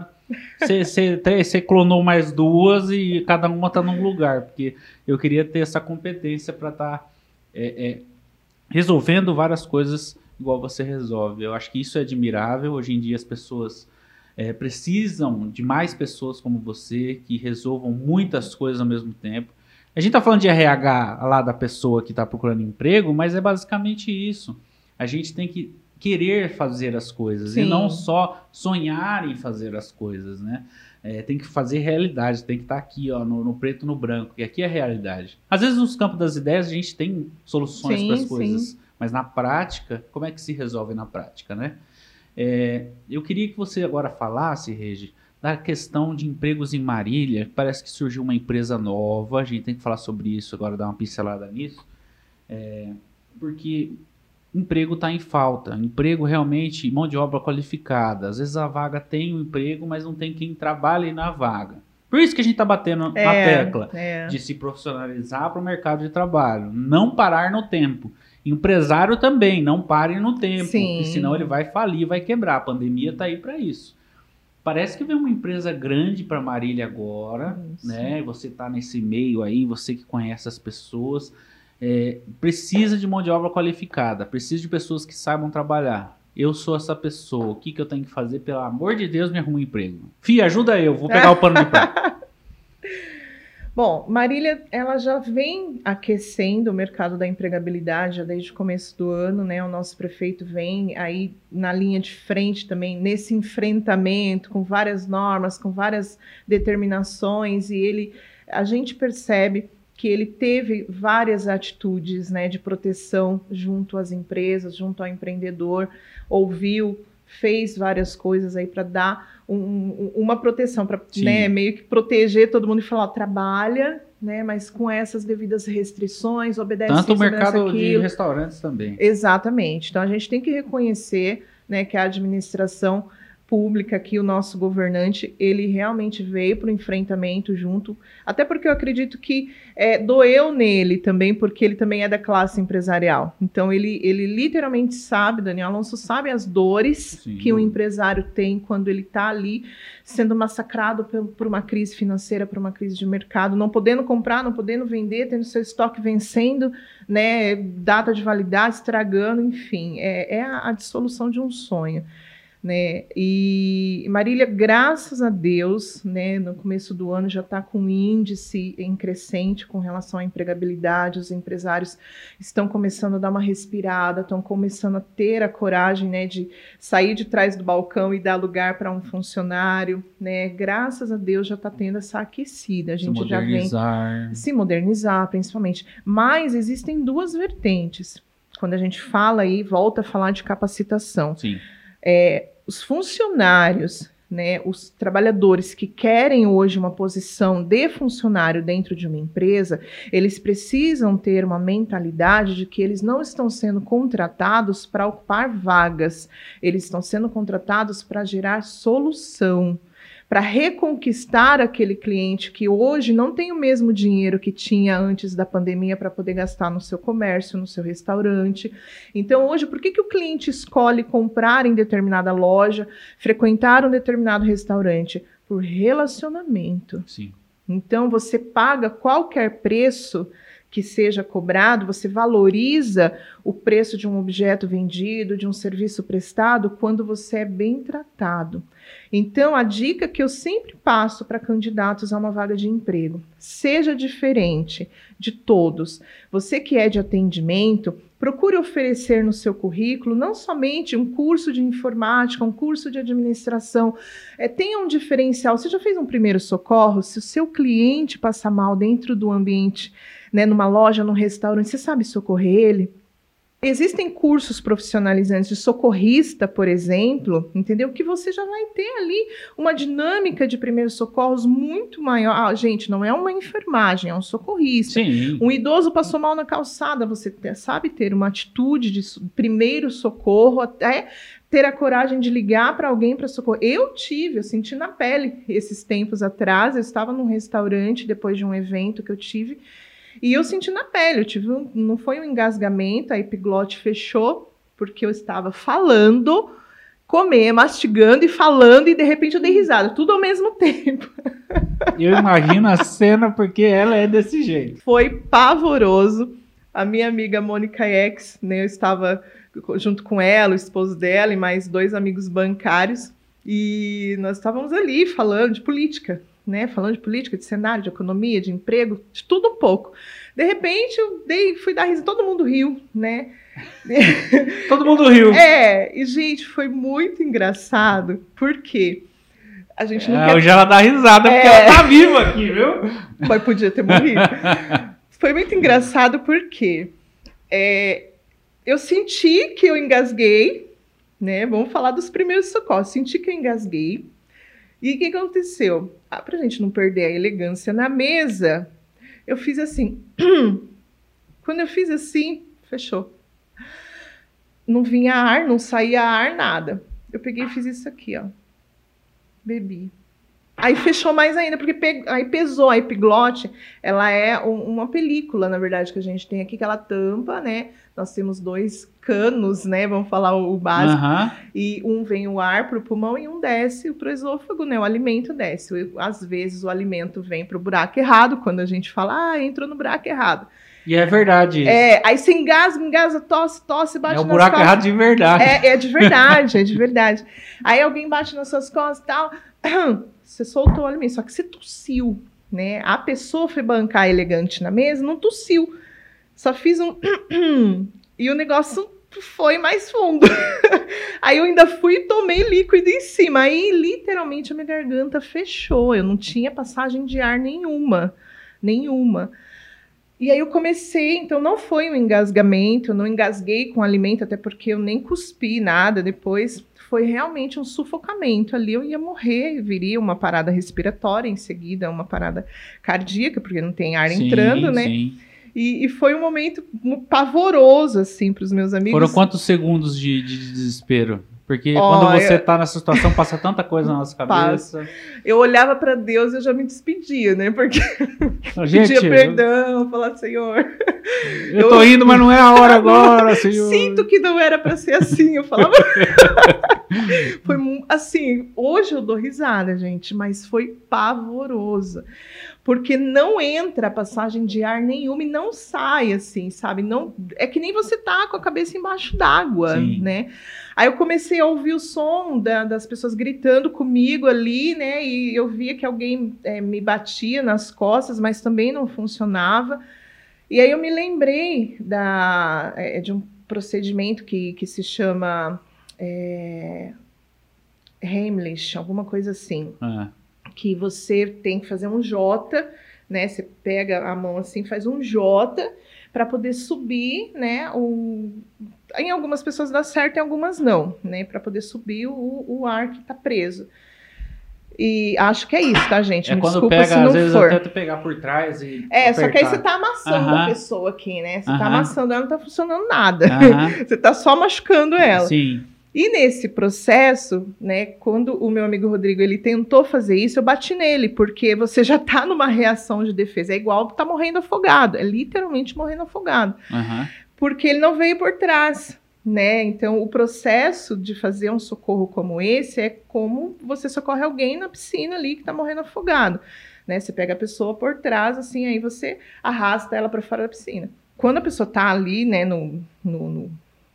Você clonou mais duas e cada uma tá num lugar, porque eu queria ter essa competência para estar tá, é, é, resolvendo várias coisas igual você resolve. Eu acho que isso é admirável. Hoje em dia as pessoas é, precisam de mais pessoas como você, que resolvam muitas coisas ao mesmo tempo. A gente tá falando de R H lá da pessoa que tá procurando emprego, mas é basicamente isso. A gente tem que querer fazer as coisas. Sim. E não só sonhar em fazer as coisas, né? É, tem que fazer realidade, tem que estar aqui, ó, no, no preto no branco, e aqui é a realidade. Às vezes nos campos das ideias a gente tem soluções para as coisas, sim. Mas na prática, como é que se resolve na prática, né? É, eu queria que você agora falasse, Regi, da questão de empregos em Marília. Parece que surgiu uma empresa nova, a gente tem que falar sobre isso agora, dar uma pincelada nisso, é, porque emprego está em falta, emprego realmente, mão de obra qualificada. Às vezes a vaga tem um emprego, mas não tem quem trabalhe na vaga. Por isso que a gente está batendo é, na tecla é. de se profissionalizar para o mercado de trabalho, não parar no tempo. Empresário também, não pare no tempo, porque senão ele vai falir, vai quebrar. A pandemia está aí para isso. Parece que vem uma empresa grande para Marília agora, isso. né? Você está nesse meio aí, você que conhece as pessoas, é, precisa de mão de obra qualificada, precisa de pessoas que saibam trabalhar. Eu sou essa pessoa, o que, que eu tenho que fazer? Pelo amor de Deus, me arruma um emprego. Fia, ajuda eu, vou pegar o pano de prato. Bom, Marília, ela já vem aquecendo o mercado da empregabilidade já desde o começo do ano, né? O nosso prefeito vem aí na linha de frente também, nesse enfrentamento com várias normas, com várias determinações, e ele, a gente percebe que ele teve várias atitudes, né, de proteção junto às empresas, junto ao empreendedor, ouviu, fez várias coisas aí para dar um, um, uma proteção, para, né, meio que proteger todo mundo e falar, ó, trabalha, né, mas com essas devidas restrições, obedece tanto isso, o mercado obedece de restaurantes também. Exatamente. Então a gente tem que reconhecer, né, que a administração pública, que o nosso governante, ele realmente veio para o enfrentamento junto, até porque eu acredito que é, doeu nele também, porque ele também é da classe empresarial. Então, ele, ele literalmente sabe, Daniel Alonso sabe as dores Sim. que o empresário tem quando ele está ali sendo massacrado por, por uma crise financeira, por uma crise de mercado, não podendo comprar, não podendo vender, tendo seu estoque vencendo, né, data de validade estragando, enfim, é, é a, a dissolução de um sonho. Né? E Marília, graças a Deus, né, no começo do ano já está com um índice em crescente com relação à empregabilidade. Os empresários estão começando a dar uma respirada, estão começando a ter a coragem, né, de sair de trás do balcão e dar lugar para um funcionário, né? Graças a Deus já está tendo essa aquecida. A gente se já vem se modernizar, principalmente. Mas existem duas vertentes quando a gente fala e volta a falar de capacitação. Sim. É, os funcionários, né, os trabalhadores que querem hoje uma posição de funcionário dentro de uma empresa, eles precisam ter uma mentalidade de que eles não estão sendo contratados para ocupar vagas, eles estão sendo contratados para gerar solução, para reconquistar aquele cliente que hoje não tem o mesmo dinheiro que tinha antes da pandemia para poder gastar no seu comércio, no seu restaurante. Então, hoje, por que, que o cliente escolhe comprar em determinada loja, frequentar um determinado restaurante? Por relacionamento. Sim. Então, você paga qualquer preço que seja cobrado, você valoriza o preço de um objeto vendido, de um serviço prestado, quando você é bem tratado. Então, a dica que eu sempre passo para candidatos a uma vaga de emprego, seja diferente de todos. Você que é de atendimento, procure oferecer no seu currículo não somente um curso de informática, um curso de administração, é, tenha um diferencial. Você já fez um primeiro socorro? Se o seu cliente passar mal dentro do ambiente, né, numa loja, num restaurante, você sabe socorrer ele? Existem cursos profissionalizantes de socorrista, por exemplo, entendeu? Que você já vai ter ali uma dinâmica de primeiros socorros muito maior. Ah, gente, não é uma enfermagem, é um socorrista. Sim. Um idoso passou mal na calçada, você sabe ter uma atitude de primeiro socorro, até ter a coragem de ligar para alguém para socorrer. Eu tive, eu senti na pele esses tempos atrás, eu estava num restaurante depois de um evento que eu tive, e eu senti na pele, eu tive um, não foi um engasgamento, a epiglote fechou, porque eu estava falando, comendo, mastigando e falando, e de repente eu dei risada, tudo ao mesmo tempo. Eu imagino a cena, porque ela é desse jeito. Foi pavoroso. A minha amiga Mônica X, né, eu estava junto com ela, o esposo dela e mais dois amigos bancários, e nós estávamos ali falando de política, né, falando de política, de cenário, de economia, de emprego, de tudo um pouco. De repente, eu dei, fui dar risada, todo mundo riu, né? Todo mundo riu. É, e gente, foi muito engraçado, porque a gente não é, quer... Hoje ela dá risada, porque é... ela tá viva aqui, viu? Mas podia ter morrido. Foi muito engraçado porque é, eu senti que eu engasguei, né? Vamos falar dos primeiros socorros. Senti que eu engasguei. E o que aconteceu? Ah, pra gente não perder a elegância na mesa, eu fiz assim. Quando eu fiz assim, fechou. Não vinha ar, não saía ar, nada. Eu peguei e fiz isso aqui, ó. Bebi. Aí fechou mais ainda, porque pe... aí pesou. A epiglote, ela é um, uma película, na verdade, que a gente tem aqui, que ela tampa, né? Nós temos dois canos, né? Vamos falar o, o básico. Uhum. E um vem o ar para o pulmão e um desce para o esôfago, né? O alimento desce. Às vezes o alimento vem para o buraco errado, quando a gente fala, ah, entrou no buraco errado. E é verdade isso. É, aí você engasga, engasga, tosse, tosse, bate nas costas. É o buraco errado de verdade. É, é de verdade, é de verdade. Aí alguém bate nas suas costas e tal, você soltou o alimento, só que você tossiu, né? A pessoa foi bancar elegante na mesa, não tossiu. Só fiz um... e o negócio foi mais fundo. Aí eu ainda fui e tomei líquido em cima. Aí, literalmente, a minha garganta fechou. Eu não tinha passagem de ar nenhuma. Nenhuma. E aí eu comecei, então não foi um engasgamento, eu não engasguei com alimento, até porque eu nem cuspi nada depois. Foi realmente um sufocamento ali, eu ia morrer, viria uma parada respiratória em seguida, uma parada cardíaca, porque não tem ar sim, entrando, né? Sim. E, e foi um momento pavoroso, assim, para os meus amigos. Foram quantos segundos de, de desespero? Porque oh, quando você eu... tá nessa situação, passa tanta coisa na nossa cabeça. Passa. Eu olhava para Deus e eu já me despedia, né? Porque gente, pedia perdão, eu... falar, Senhor... Eu, eu tô indo, mas não é a hora agora, Senhor. Sinto que não era para ser assim, eu falava... Foi assim, hoje eu dou risada, gente, mas foi pavoroso. Porque não entra a passagem de ar nenhuma e não sai assim, sabe? Não, é que nem você tá com a cabeça embaixo d'água, né? Aí eu comecei a ouvir o som da, das pessoas gritando comigo ali, né? E eu via que alguém é, me batia nas costas, mas também não funcionava. E aí eu me lembrei da, é, de um procedimento que, que se chama é, Heimlich, alguma coisa assim. Ah. Que você tem que fazer um J, né? Você pega a mão assim, faz um J para poder subir, né? O... Em algumas pessoas dá certo, em algumas não, né? Para poder subir o, o ar que está preso. E acho que é isso, tá, gente? É Me quando desculpa pega, se não às vezes for. até tu pegar por trás e É, apertar. Só que aí você tá amassando uh-huh. a pessoa aqui, né? Você uh-huh. tá amassando ela, não tá funcionando nada. Uh-huh. Você tá só machucando ela. Sim. E nesse processo, né, quando o meu amigo Rodrigo ele tentou fazer isso, eu bati nele, porque você já está numa reação de defesa. É igual tá morrendo afogado, é literalmente morrendo afogado. Uhum. Porque ele não veio por trás, né? Então, o processo de fazer um socorro como esse é como você socorre alguém na piscina ali que está morrendo afogado, né? Você pega a pessoa por trás, assim, aí você arrasta ela para fora da piscina. Quando a pessoa está ali, né, no, no, no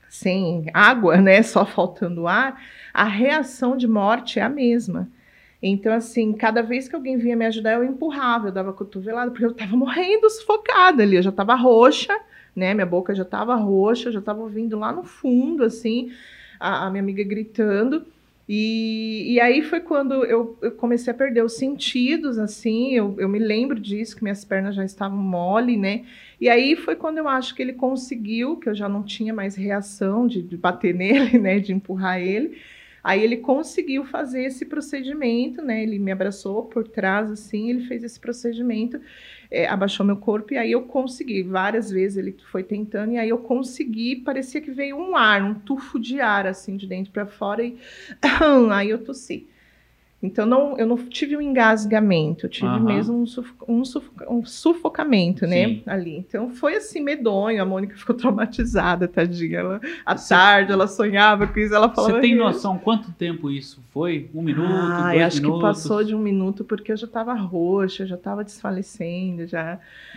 sem água, né, só faltando ar, a reação de morte é a mesma. Então, assim, cada vez que alguém vinha me ajudar, eu empurrava, eu dava cotovelada, porque eu estava morrendo sufocada ali, eu já estava roxa, né, minha boca já estava roxa, eu já estava ouvindo lá no fundo, assim, a, a minha amiga gritando, e, e aí foi quando eu, eu comecei a perder os sentidos, assim, eu, eu me lembro disso, que minhas pernas já estavam mole, né, e aí foi quando eu acho que ele conseguiu, que eu já não tinha mais reação de, de bater nele, né, de empurrar ele. Aí ele conseguiu fazer esse procedimento, né, ele me abraçou por trás, assim, ele fez esse procedimento, é, abaixou meu corpo, e aí eu consegui, várias vezes ele foi tentando, e aí eu consegui, parecia que veio um ar, um tufo de ar, assim, de dentro para fora, e aí eu tossi. Então, não, eu não tive um engasgamento, eu tive uhum. mesmo um, sufo- um, sufo- um sufocamento, né, Sim. ali. Então, foi assim, medonho, a Mônica ficou traumatizada, tadinha. Ela, à Você... tarde, ela sonhava com isso, ela falava... Você tem noção quanto tempo isso foi? Um minuto, ah, dois acho minutos? Que passou de um minuto, porque eu já estava roxa, eu já estava desfalecendo, já...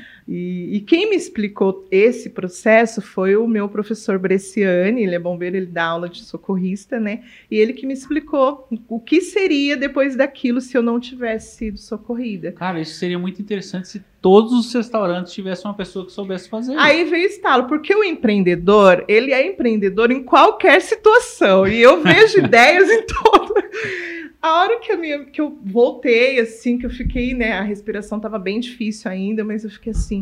E, e quem me explicou esse processo foi o meu professor Bresciani, ele é bombeiro, ele dá aula de socorrista, né? E ele que me explicou o que seria depois daquilo se eu não tivesse sido socorrida. Cara, isso seria muito interessante se todos os restaurantes tivessem uma pessoa que soubesse fazer isso. Aí veio o estalo, porque o empreendedor, ele é empreendedor em qualquer situação, e eu vejo ideias em toda... A hora que, a minha, que eu voltei, assim, que eu fiquei, né, a respiração estava bem difícil ainda, mas eu fiquei assim,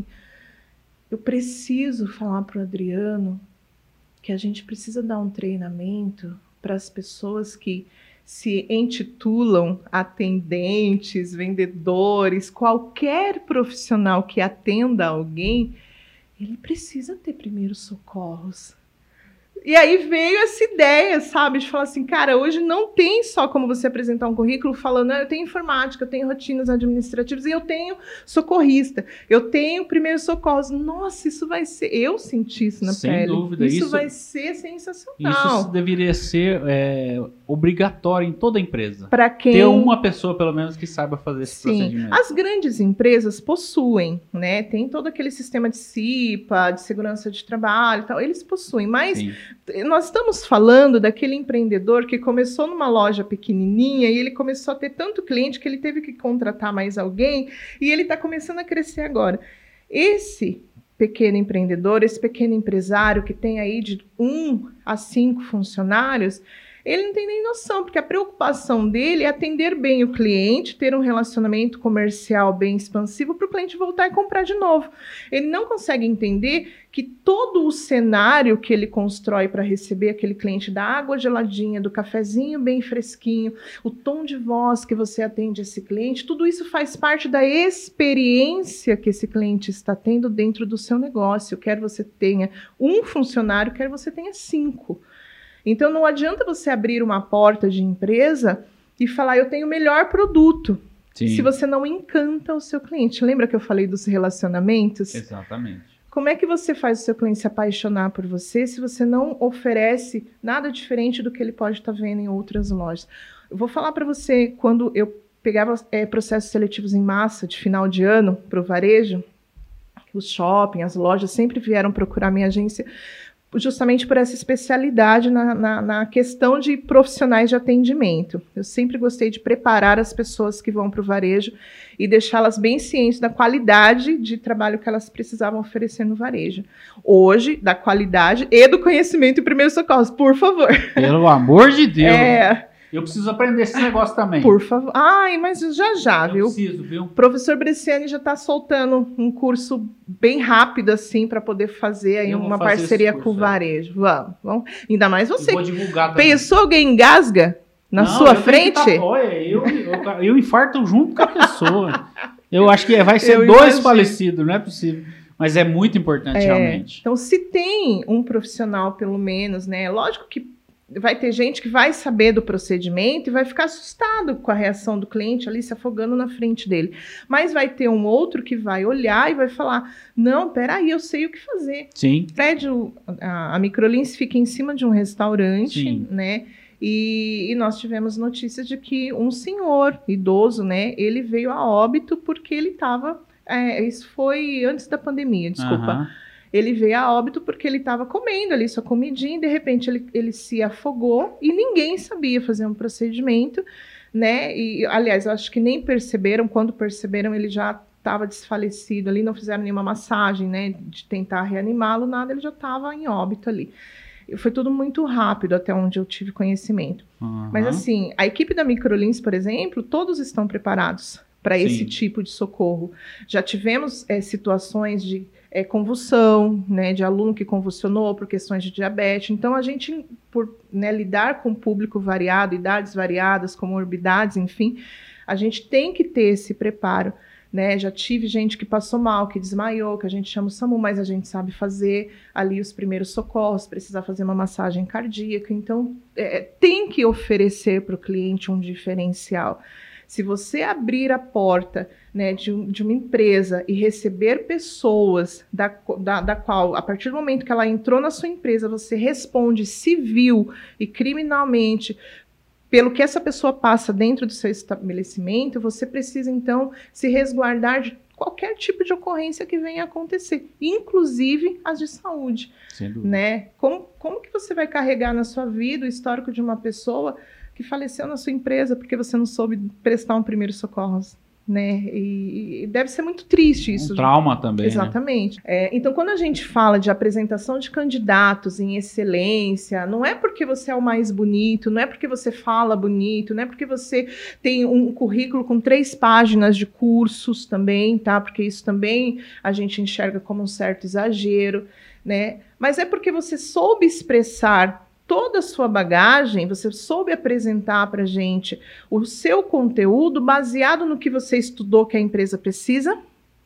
eu preciso falar para o Adriano que a gente precisa dar um treinamento para as pessoas que se intitulam atendentes, vendedores, qualquer profissional que atenda alguém, ele precisa ter primeiros socorros. E aí veio essa ideia, sabe, de falar assim, cara, hoje não tem só como você apresentar um currículo falando, ah, eu tenho informática, eu tenho rotinas administrativas e eu tenho socorrista, eu tenho primeiros socorros. Nossa, isso vai ser... Eu senti isso na Sem pele. Sem dúvida. Isso, isso vai ser sensacional. Isso deveria ser é, obrigatório em toda empresa. Para quem... Ter uma pessoa, pelo menos, que saiba fazer esse Sim. procedimento. As grandes empresas possuem, né? Tem todo aquele sistema de C I P A, de segurança de trabalho e tal. Eles possuem, mas... Sim. Nós estamos falando daquele empreendedor que começou numa loja pequenininha e ele começou a ter tanto cliente que ele teve que contratar mais alguém e ele está começando a crescer agora. Esse pequeno empreendedor, esse pequeno empresário que tem aí de um a cinco funcionários, ele não tem nem noção, porque a preocupação dele é atender bem o cliente, ter um relacionamento comercial bem expansivo para o cliente voltar e comprar de novo. Ele não consegue entender que todo o cenário que ele constrói para receber aquele cliente, da água geladinha, do cafezinho bem fresquinho, o tom de voz que você atende esse cliente, tudo isso faz parte da experiência que esse cliente está tendo dentro do seu negócio. Quer você tenha um funcionário, quer você tenha cinco. Então, não adianta você abrir uma porta de empresa e falar, eu tenho o melhor produto, Sim. se você não encanta o seu cliente. Lembra que eu falei dos relacionamentos? Exatamente. Como é que você faz o seu cliente se apaixonar por você se você não oferece nada diferente do que ele pode estar vendo em outras lojas? Eu vou falar para você, quando eu pegava é, processos seletivos em massa de final de ano para o varejo, os shopping, as lojas sempre vieram procurar minha agência justamente por essa especialidade na, na, na questão de profissionais de atendimento. Eu sempre gostei de preparar as pessoas que vão para o varejo e deixá-las bem cientes da qualidade de trabalho que elas precisavam oferecer no varejo. Hoje, da qualidade e do conhecimento em primeiros socorros, por favor. Pelo amor de Deus. É... Eu preciso aprender esse negócio também. Por favor. Ai, mas já já, eu viu? preciso, viu? O professor Bresciani já está soltando um curso bem rápido, assim, para poder fazer aí uma parceria curso, com o varejo. É. Vamos, vamos. Ainda mais você. Eu vou divulgar também. Pensou alguém engasga na Não, sua eu frente? Tá, olha, eu, eu, eu infarto junto com a pessoa. Eu acho que vai ser eu dois imagino. falecidos, não é possível. Mas é muito importante, é, realmente. Então, se tem um profissional, pelo menos, né? Lógico que vai ter gente que vai saber do procedimento e vai ficar assustado com a reação do cliente ali se afogando na frente dele. Mas vai ter um outro que vai olhar e vai falar, não, peraí, eu sei o que fazer. Sim. O prédio, a, a Microlins fica em cima de um restaurante, Sim. né? E, e nós tivemos notícia de que um senhor idoso, né? Ele veio a óbito porque ele estava... É, isso foi antes da pandemia, desculpa. Uhum. Ele veio a óbito porque ele estava comendo ali sua comidinha e de repente ele, ele se afogou e ninguém sabia fazer um procedimento, né? E, aliás, eu acho que nem perceberam, quando perceberam ele já estava desfalecido ali, não fizeram nenhuma massagem, né? De tentar reanimá-lo, nada, ele já estava em óbito ali. E foi tudo muito rápido até onde eu tive conhecimento. Uhum. Mas assim, a equipe da Microlins, por exemplo, todos estão preparados para esse tipo de socorro. Já tivemos é, situações de é, convulsão, né, de aluno que convulsionou por questões de diabetes. Então, a gente, por né, lidar com público variado, idades variadas, comorbidades, enfim, a gente tem que ter esse preparo. Né? Já tive gente que passou mal, que desmaiou, que a gente chama o SAMU, mas a gente sabe fazer ali os primeiros socorros, precisar fazer uma massagem cardíaca. Então, é, tem que oferecer para o cliente um diferencial. Se você abrir a porta, né, de, um, de uma empresa e receber pessoas da, da, da qual, a partir do momento que ela entrou na sua empresa, você responde civil e criminalmente pelo que essa pessoa passa dentro do seu estabelecimento, você precisa, então, se resguardar de qualquer tipo de ocorrência que venha a acontecer, inclusive as de saúde. Sem dúvida. Né? Como, como que você vai carregar na sua vida o histórico de uma pessoa que faleceu na sua empresa porque você não soube prestar um primeiro socorro, né? E, e deve ser muito triste isso. Um trauma também, Exatamente. Né? É, então, quando a gente fala de apresentação de candidatos em excelência, não é porque você é o mais bonito, não é porque você fala bonito, não é porque você tem um currículo com três páginas de cursos também, tá? Porque isso também a gente enxerga como um certo exagero, né? Mas é porque você soube expressar toda a sua bagagem, você soube apresentar para a gente o seu conteúdo baseado no que você estudou que a empresa precisa,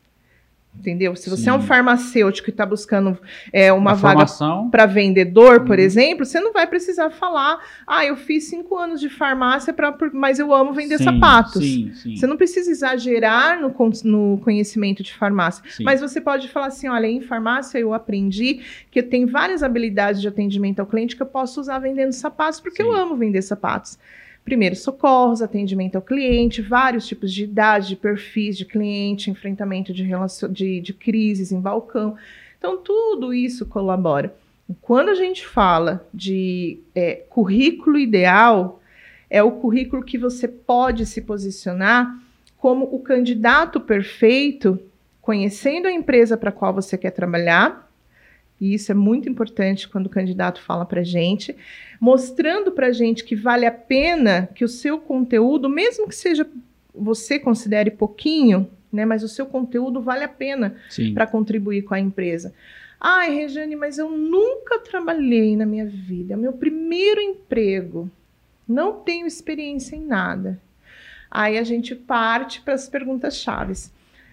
entendeu? Se você Sim. é um farmacêutico e está buscando é, uma a vaga para vendedor, por uhum. exemplo, você não vai precisar falar, ah, eu fiz cinco anos de farmácia, pra, mas eu amo vender sim, sapatos. Sim, sim. Você não precisa exagerar no, no conhecimento de farmácia, sim. mas você pode falar assim, olha, em farmácia eu aprendi que eu tenho várias habilidades de atendimento ao cliente que eu posso usar vendendo sapatos, porque sim. eu amo vender sapatos. Primeiros socorros, atendimento ao cliente, vários tipos de idade, de perfis de cliente, enfrentamento de, relacion... de, de crises em balcão. Então, tudo isso colabora. Quando a gente fala de é, currículo ideal, é o currículo que você pode se posicionar como o candidato perfeito, conhecendo a empresa para a qual você quer trabalhar, e isso é muito importante quando o candidato fala para a gente, mostrando para a gente que vale a pena que o seu conteúdo, mesmo que seja você considere pouquinho, né, mas o seu conteúdo vale a pena para contribuir com a empresa. Ai, Regiane, mas eu nunca trabalhei na minha vida, é o meu primeiro emprego, não tenho experiência em nada. Aí a gente parte para as perguntas chaves.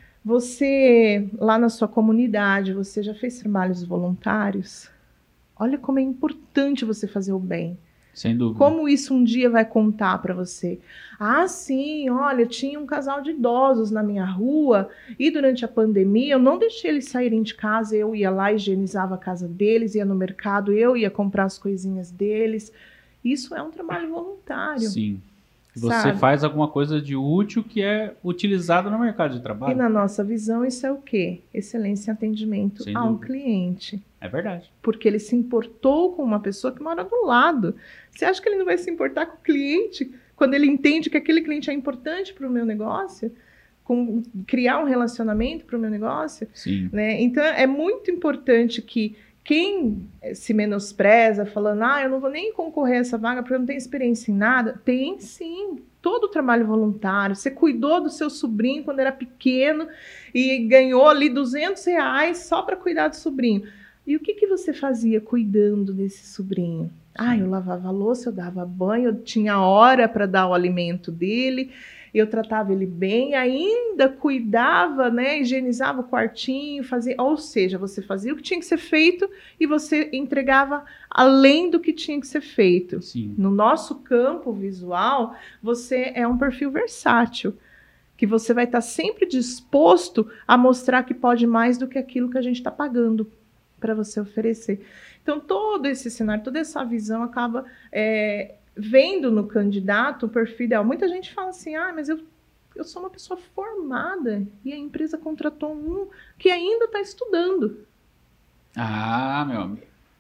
Você, lá na sua comunidade, você já fez trabalhos voluntários? Olha como é importante você fazer o bem. Sem dúvida. Como isso um dia vai contar para você? Ah, sim, olha, tinha um casal de idosos na minha rua e durante a pandemia eu não deixei eles saírem de casa, eu ia lá, higienizava a casa deles, ia no mercado, eu ia comprar as coisinhas deles. Isso é um trabalho voluntário. Sim. Você sabe? Faz alguma coisa de útil que é utilizado no mercado de trabalho. E na nossa visão, isso é o quê? Excelência em atendimento Sem a um dúvida. cliente. É verdade. Porque ele se importou com uma pessoa que mora do lado. Você acha que ele não vai se importar com o cliente quando ele entende que aquele cliente é importante para o meu negócio? Com, criar um relacionamento para o meu negócio? Sim. Né? Então, é muito importante que quem se menospreza, falando, ah, eu não vou nem concorrer a essa vaga porque eu não tenho experiência em nada, tem sim, todo o trabalho voluntário. Você cuidou do seu sobrinho quando era pequeno e ganhou ali duzentos reais só para cuidar do sobrinho. E o que, que você fazia cuidando desse sobrinho? Ah, eu lavava a louça, eu dava banho, eu tinha hora para dar o alimento dele, eu tratava ele bem, ainda cuidava, né, higienizava o quartinho, fazia, ou seja, você fazia o que tinha que ser feito e você entregava além do que tinha que ser feito. Sim. No nosso campo visual, você é um perfil versátil, que você vai estar sempre disposto a mostrar que pode mais do que aquilo que a gente está pagando para você oferecer. Então, todo esse cenário, toda essa visão acaba é, vendo no candidato o perfil ideal. Muita gente fala assim, ah, mas eu, eu sou uma pessoa formada e a empresa contratou um que ainda está estudando. Ah, meu amigo.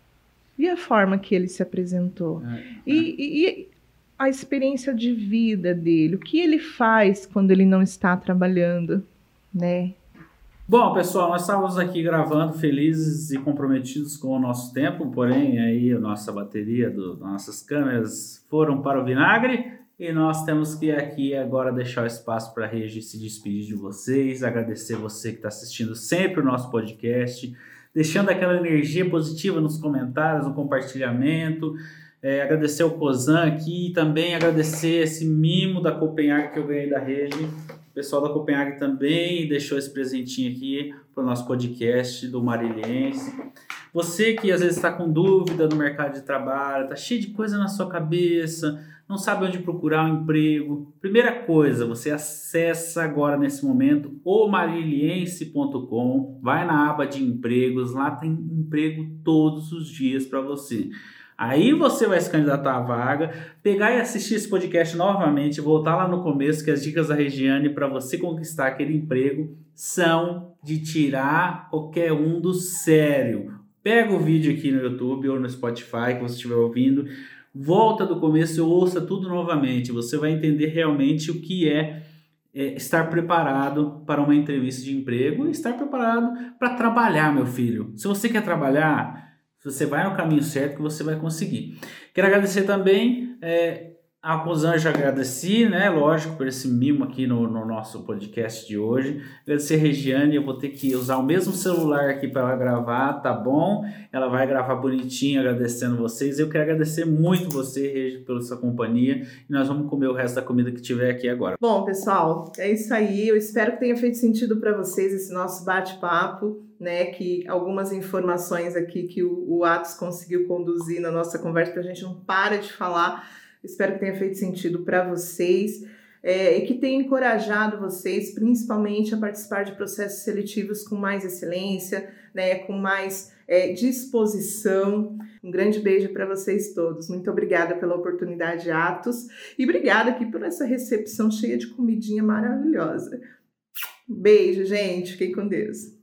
E a forma que ele se apresentou? É, e, e, e a experiência de vida dele? O que ele faz quando ele não está trabalhando, né? Bom, pessoal, nós estávamos aqui gravando felizes e comprometidos com o nosso tempo, porém aí a nossa bateria, do, nossas câmeras foram para o vinagre e nós temos que aqui agora deixar o espaço para a Regi se despedir de vocês, agradecer você que está assistindo sempre o nosso podcast, deixando aquela energia positiva nos comentários, no compartilhamento, é, agradecer ao Cozan aqui e também agradecer esse mimo da Copenhague que eu ganhei da Regi. O pessoal da Copenhague também deixou esse presentinho aqui para o nosso podcast do Mariliense. Você que às vezes está com dúvida no mercado de trabalho, está cheio de coisa na sua cabeça, não sabe onde procurar um emprego. Primeira coisa, você acessa agora nesse momento o mariliense ponto com, vai na aba de empregos, lá tem emprego todos os dias para você. Aí você vai se candidatar à vaga, pegar e assistir esse podcast novamente, voltar lá no começo, que as dicas da Regiane para você conquistar aquele emprego são de tirar qualquer um do sério. Pega o vídeo aqui no YouTube ou no Spotify que você estiver ouvindo, volta do começo e ouça tudo novamente. Você vai entender realmente o que é, é estar preparado para uma entrevista de emprego e estar preparado para trabalhar, meu filho. Se você quer trabalhar, você vai no caminho certo que você vai conseguir. Quero agradecer também é, a Cozan, já agradeci, né? Lógico, por esse mimo aqui no, no nosso podcast de hoje. Agradecer a Regiane, eu vou ter que usar o mesmo celular aqui para ela gravar, tá bom? Ela vai gravar bonitinho, agradecendo vocês. Eu quero agradecer muito você, Regi, pela sua companhia. E nós vamos comer o resto da comida que tiver aqui agora. Bom, pessoal, é isso aí. Eu espero que tenha feito sentido para vocês esse nosso bate-papo, né, que algumas informações aqui que o, o Atos conseguiu conduzir na nossa conversa, que a gente não para de falar, espero que tenha feito sentido para vocês é, e que tenha encorajado vocês, principalmente, a participar de processos seletivos com mais excelência, né, com mais é, disposição. Um grande beijo para vocês todos. Muito obrigada pela oportunidade, Atos, e obrigada aqui por essa recepção cheia de comidinha maravilhosa. Beijo, gente. Fiquem com Deus.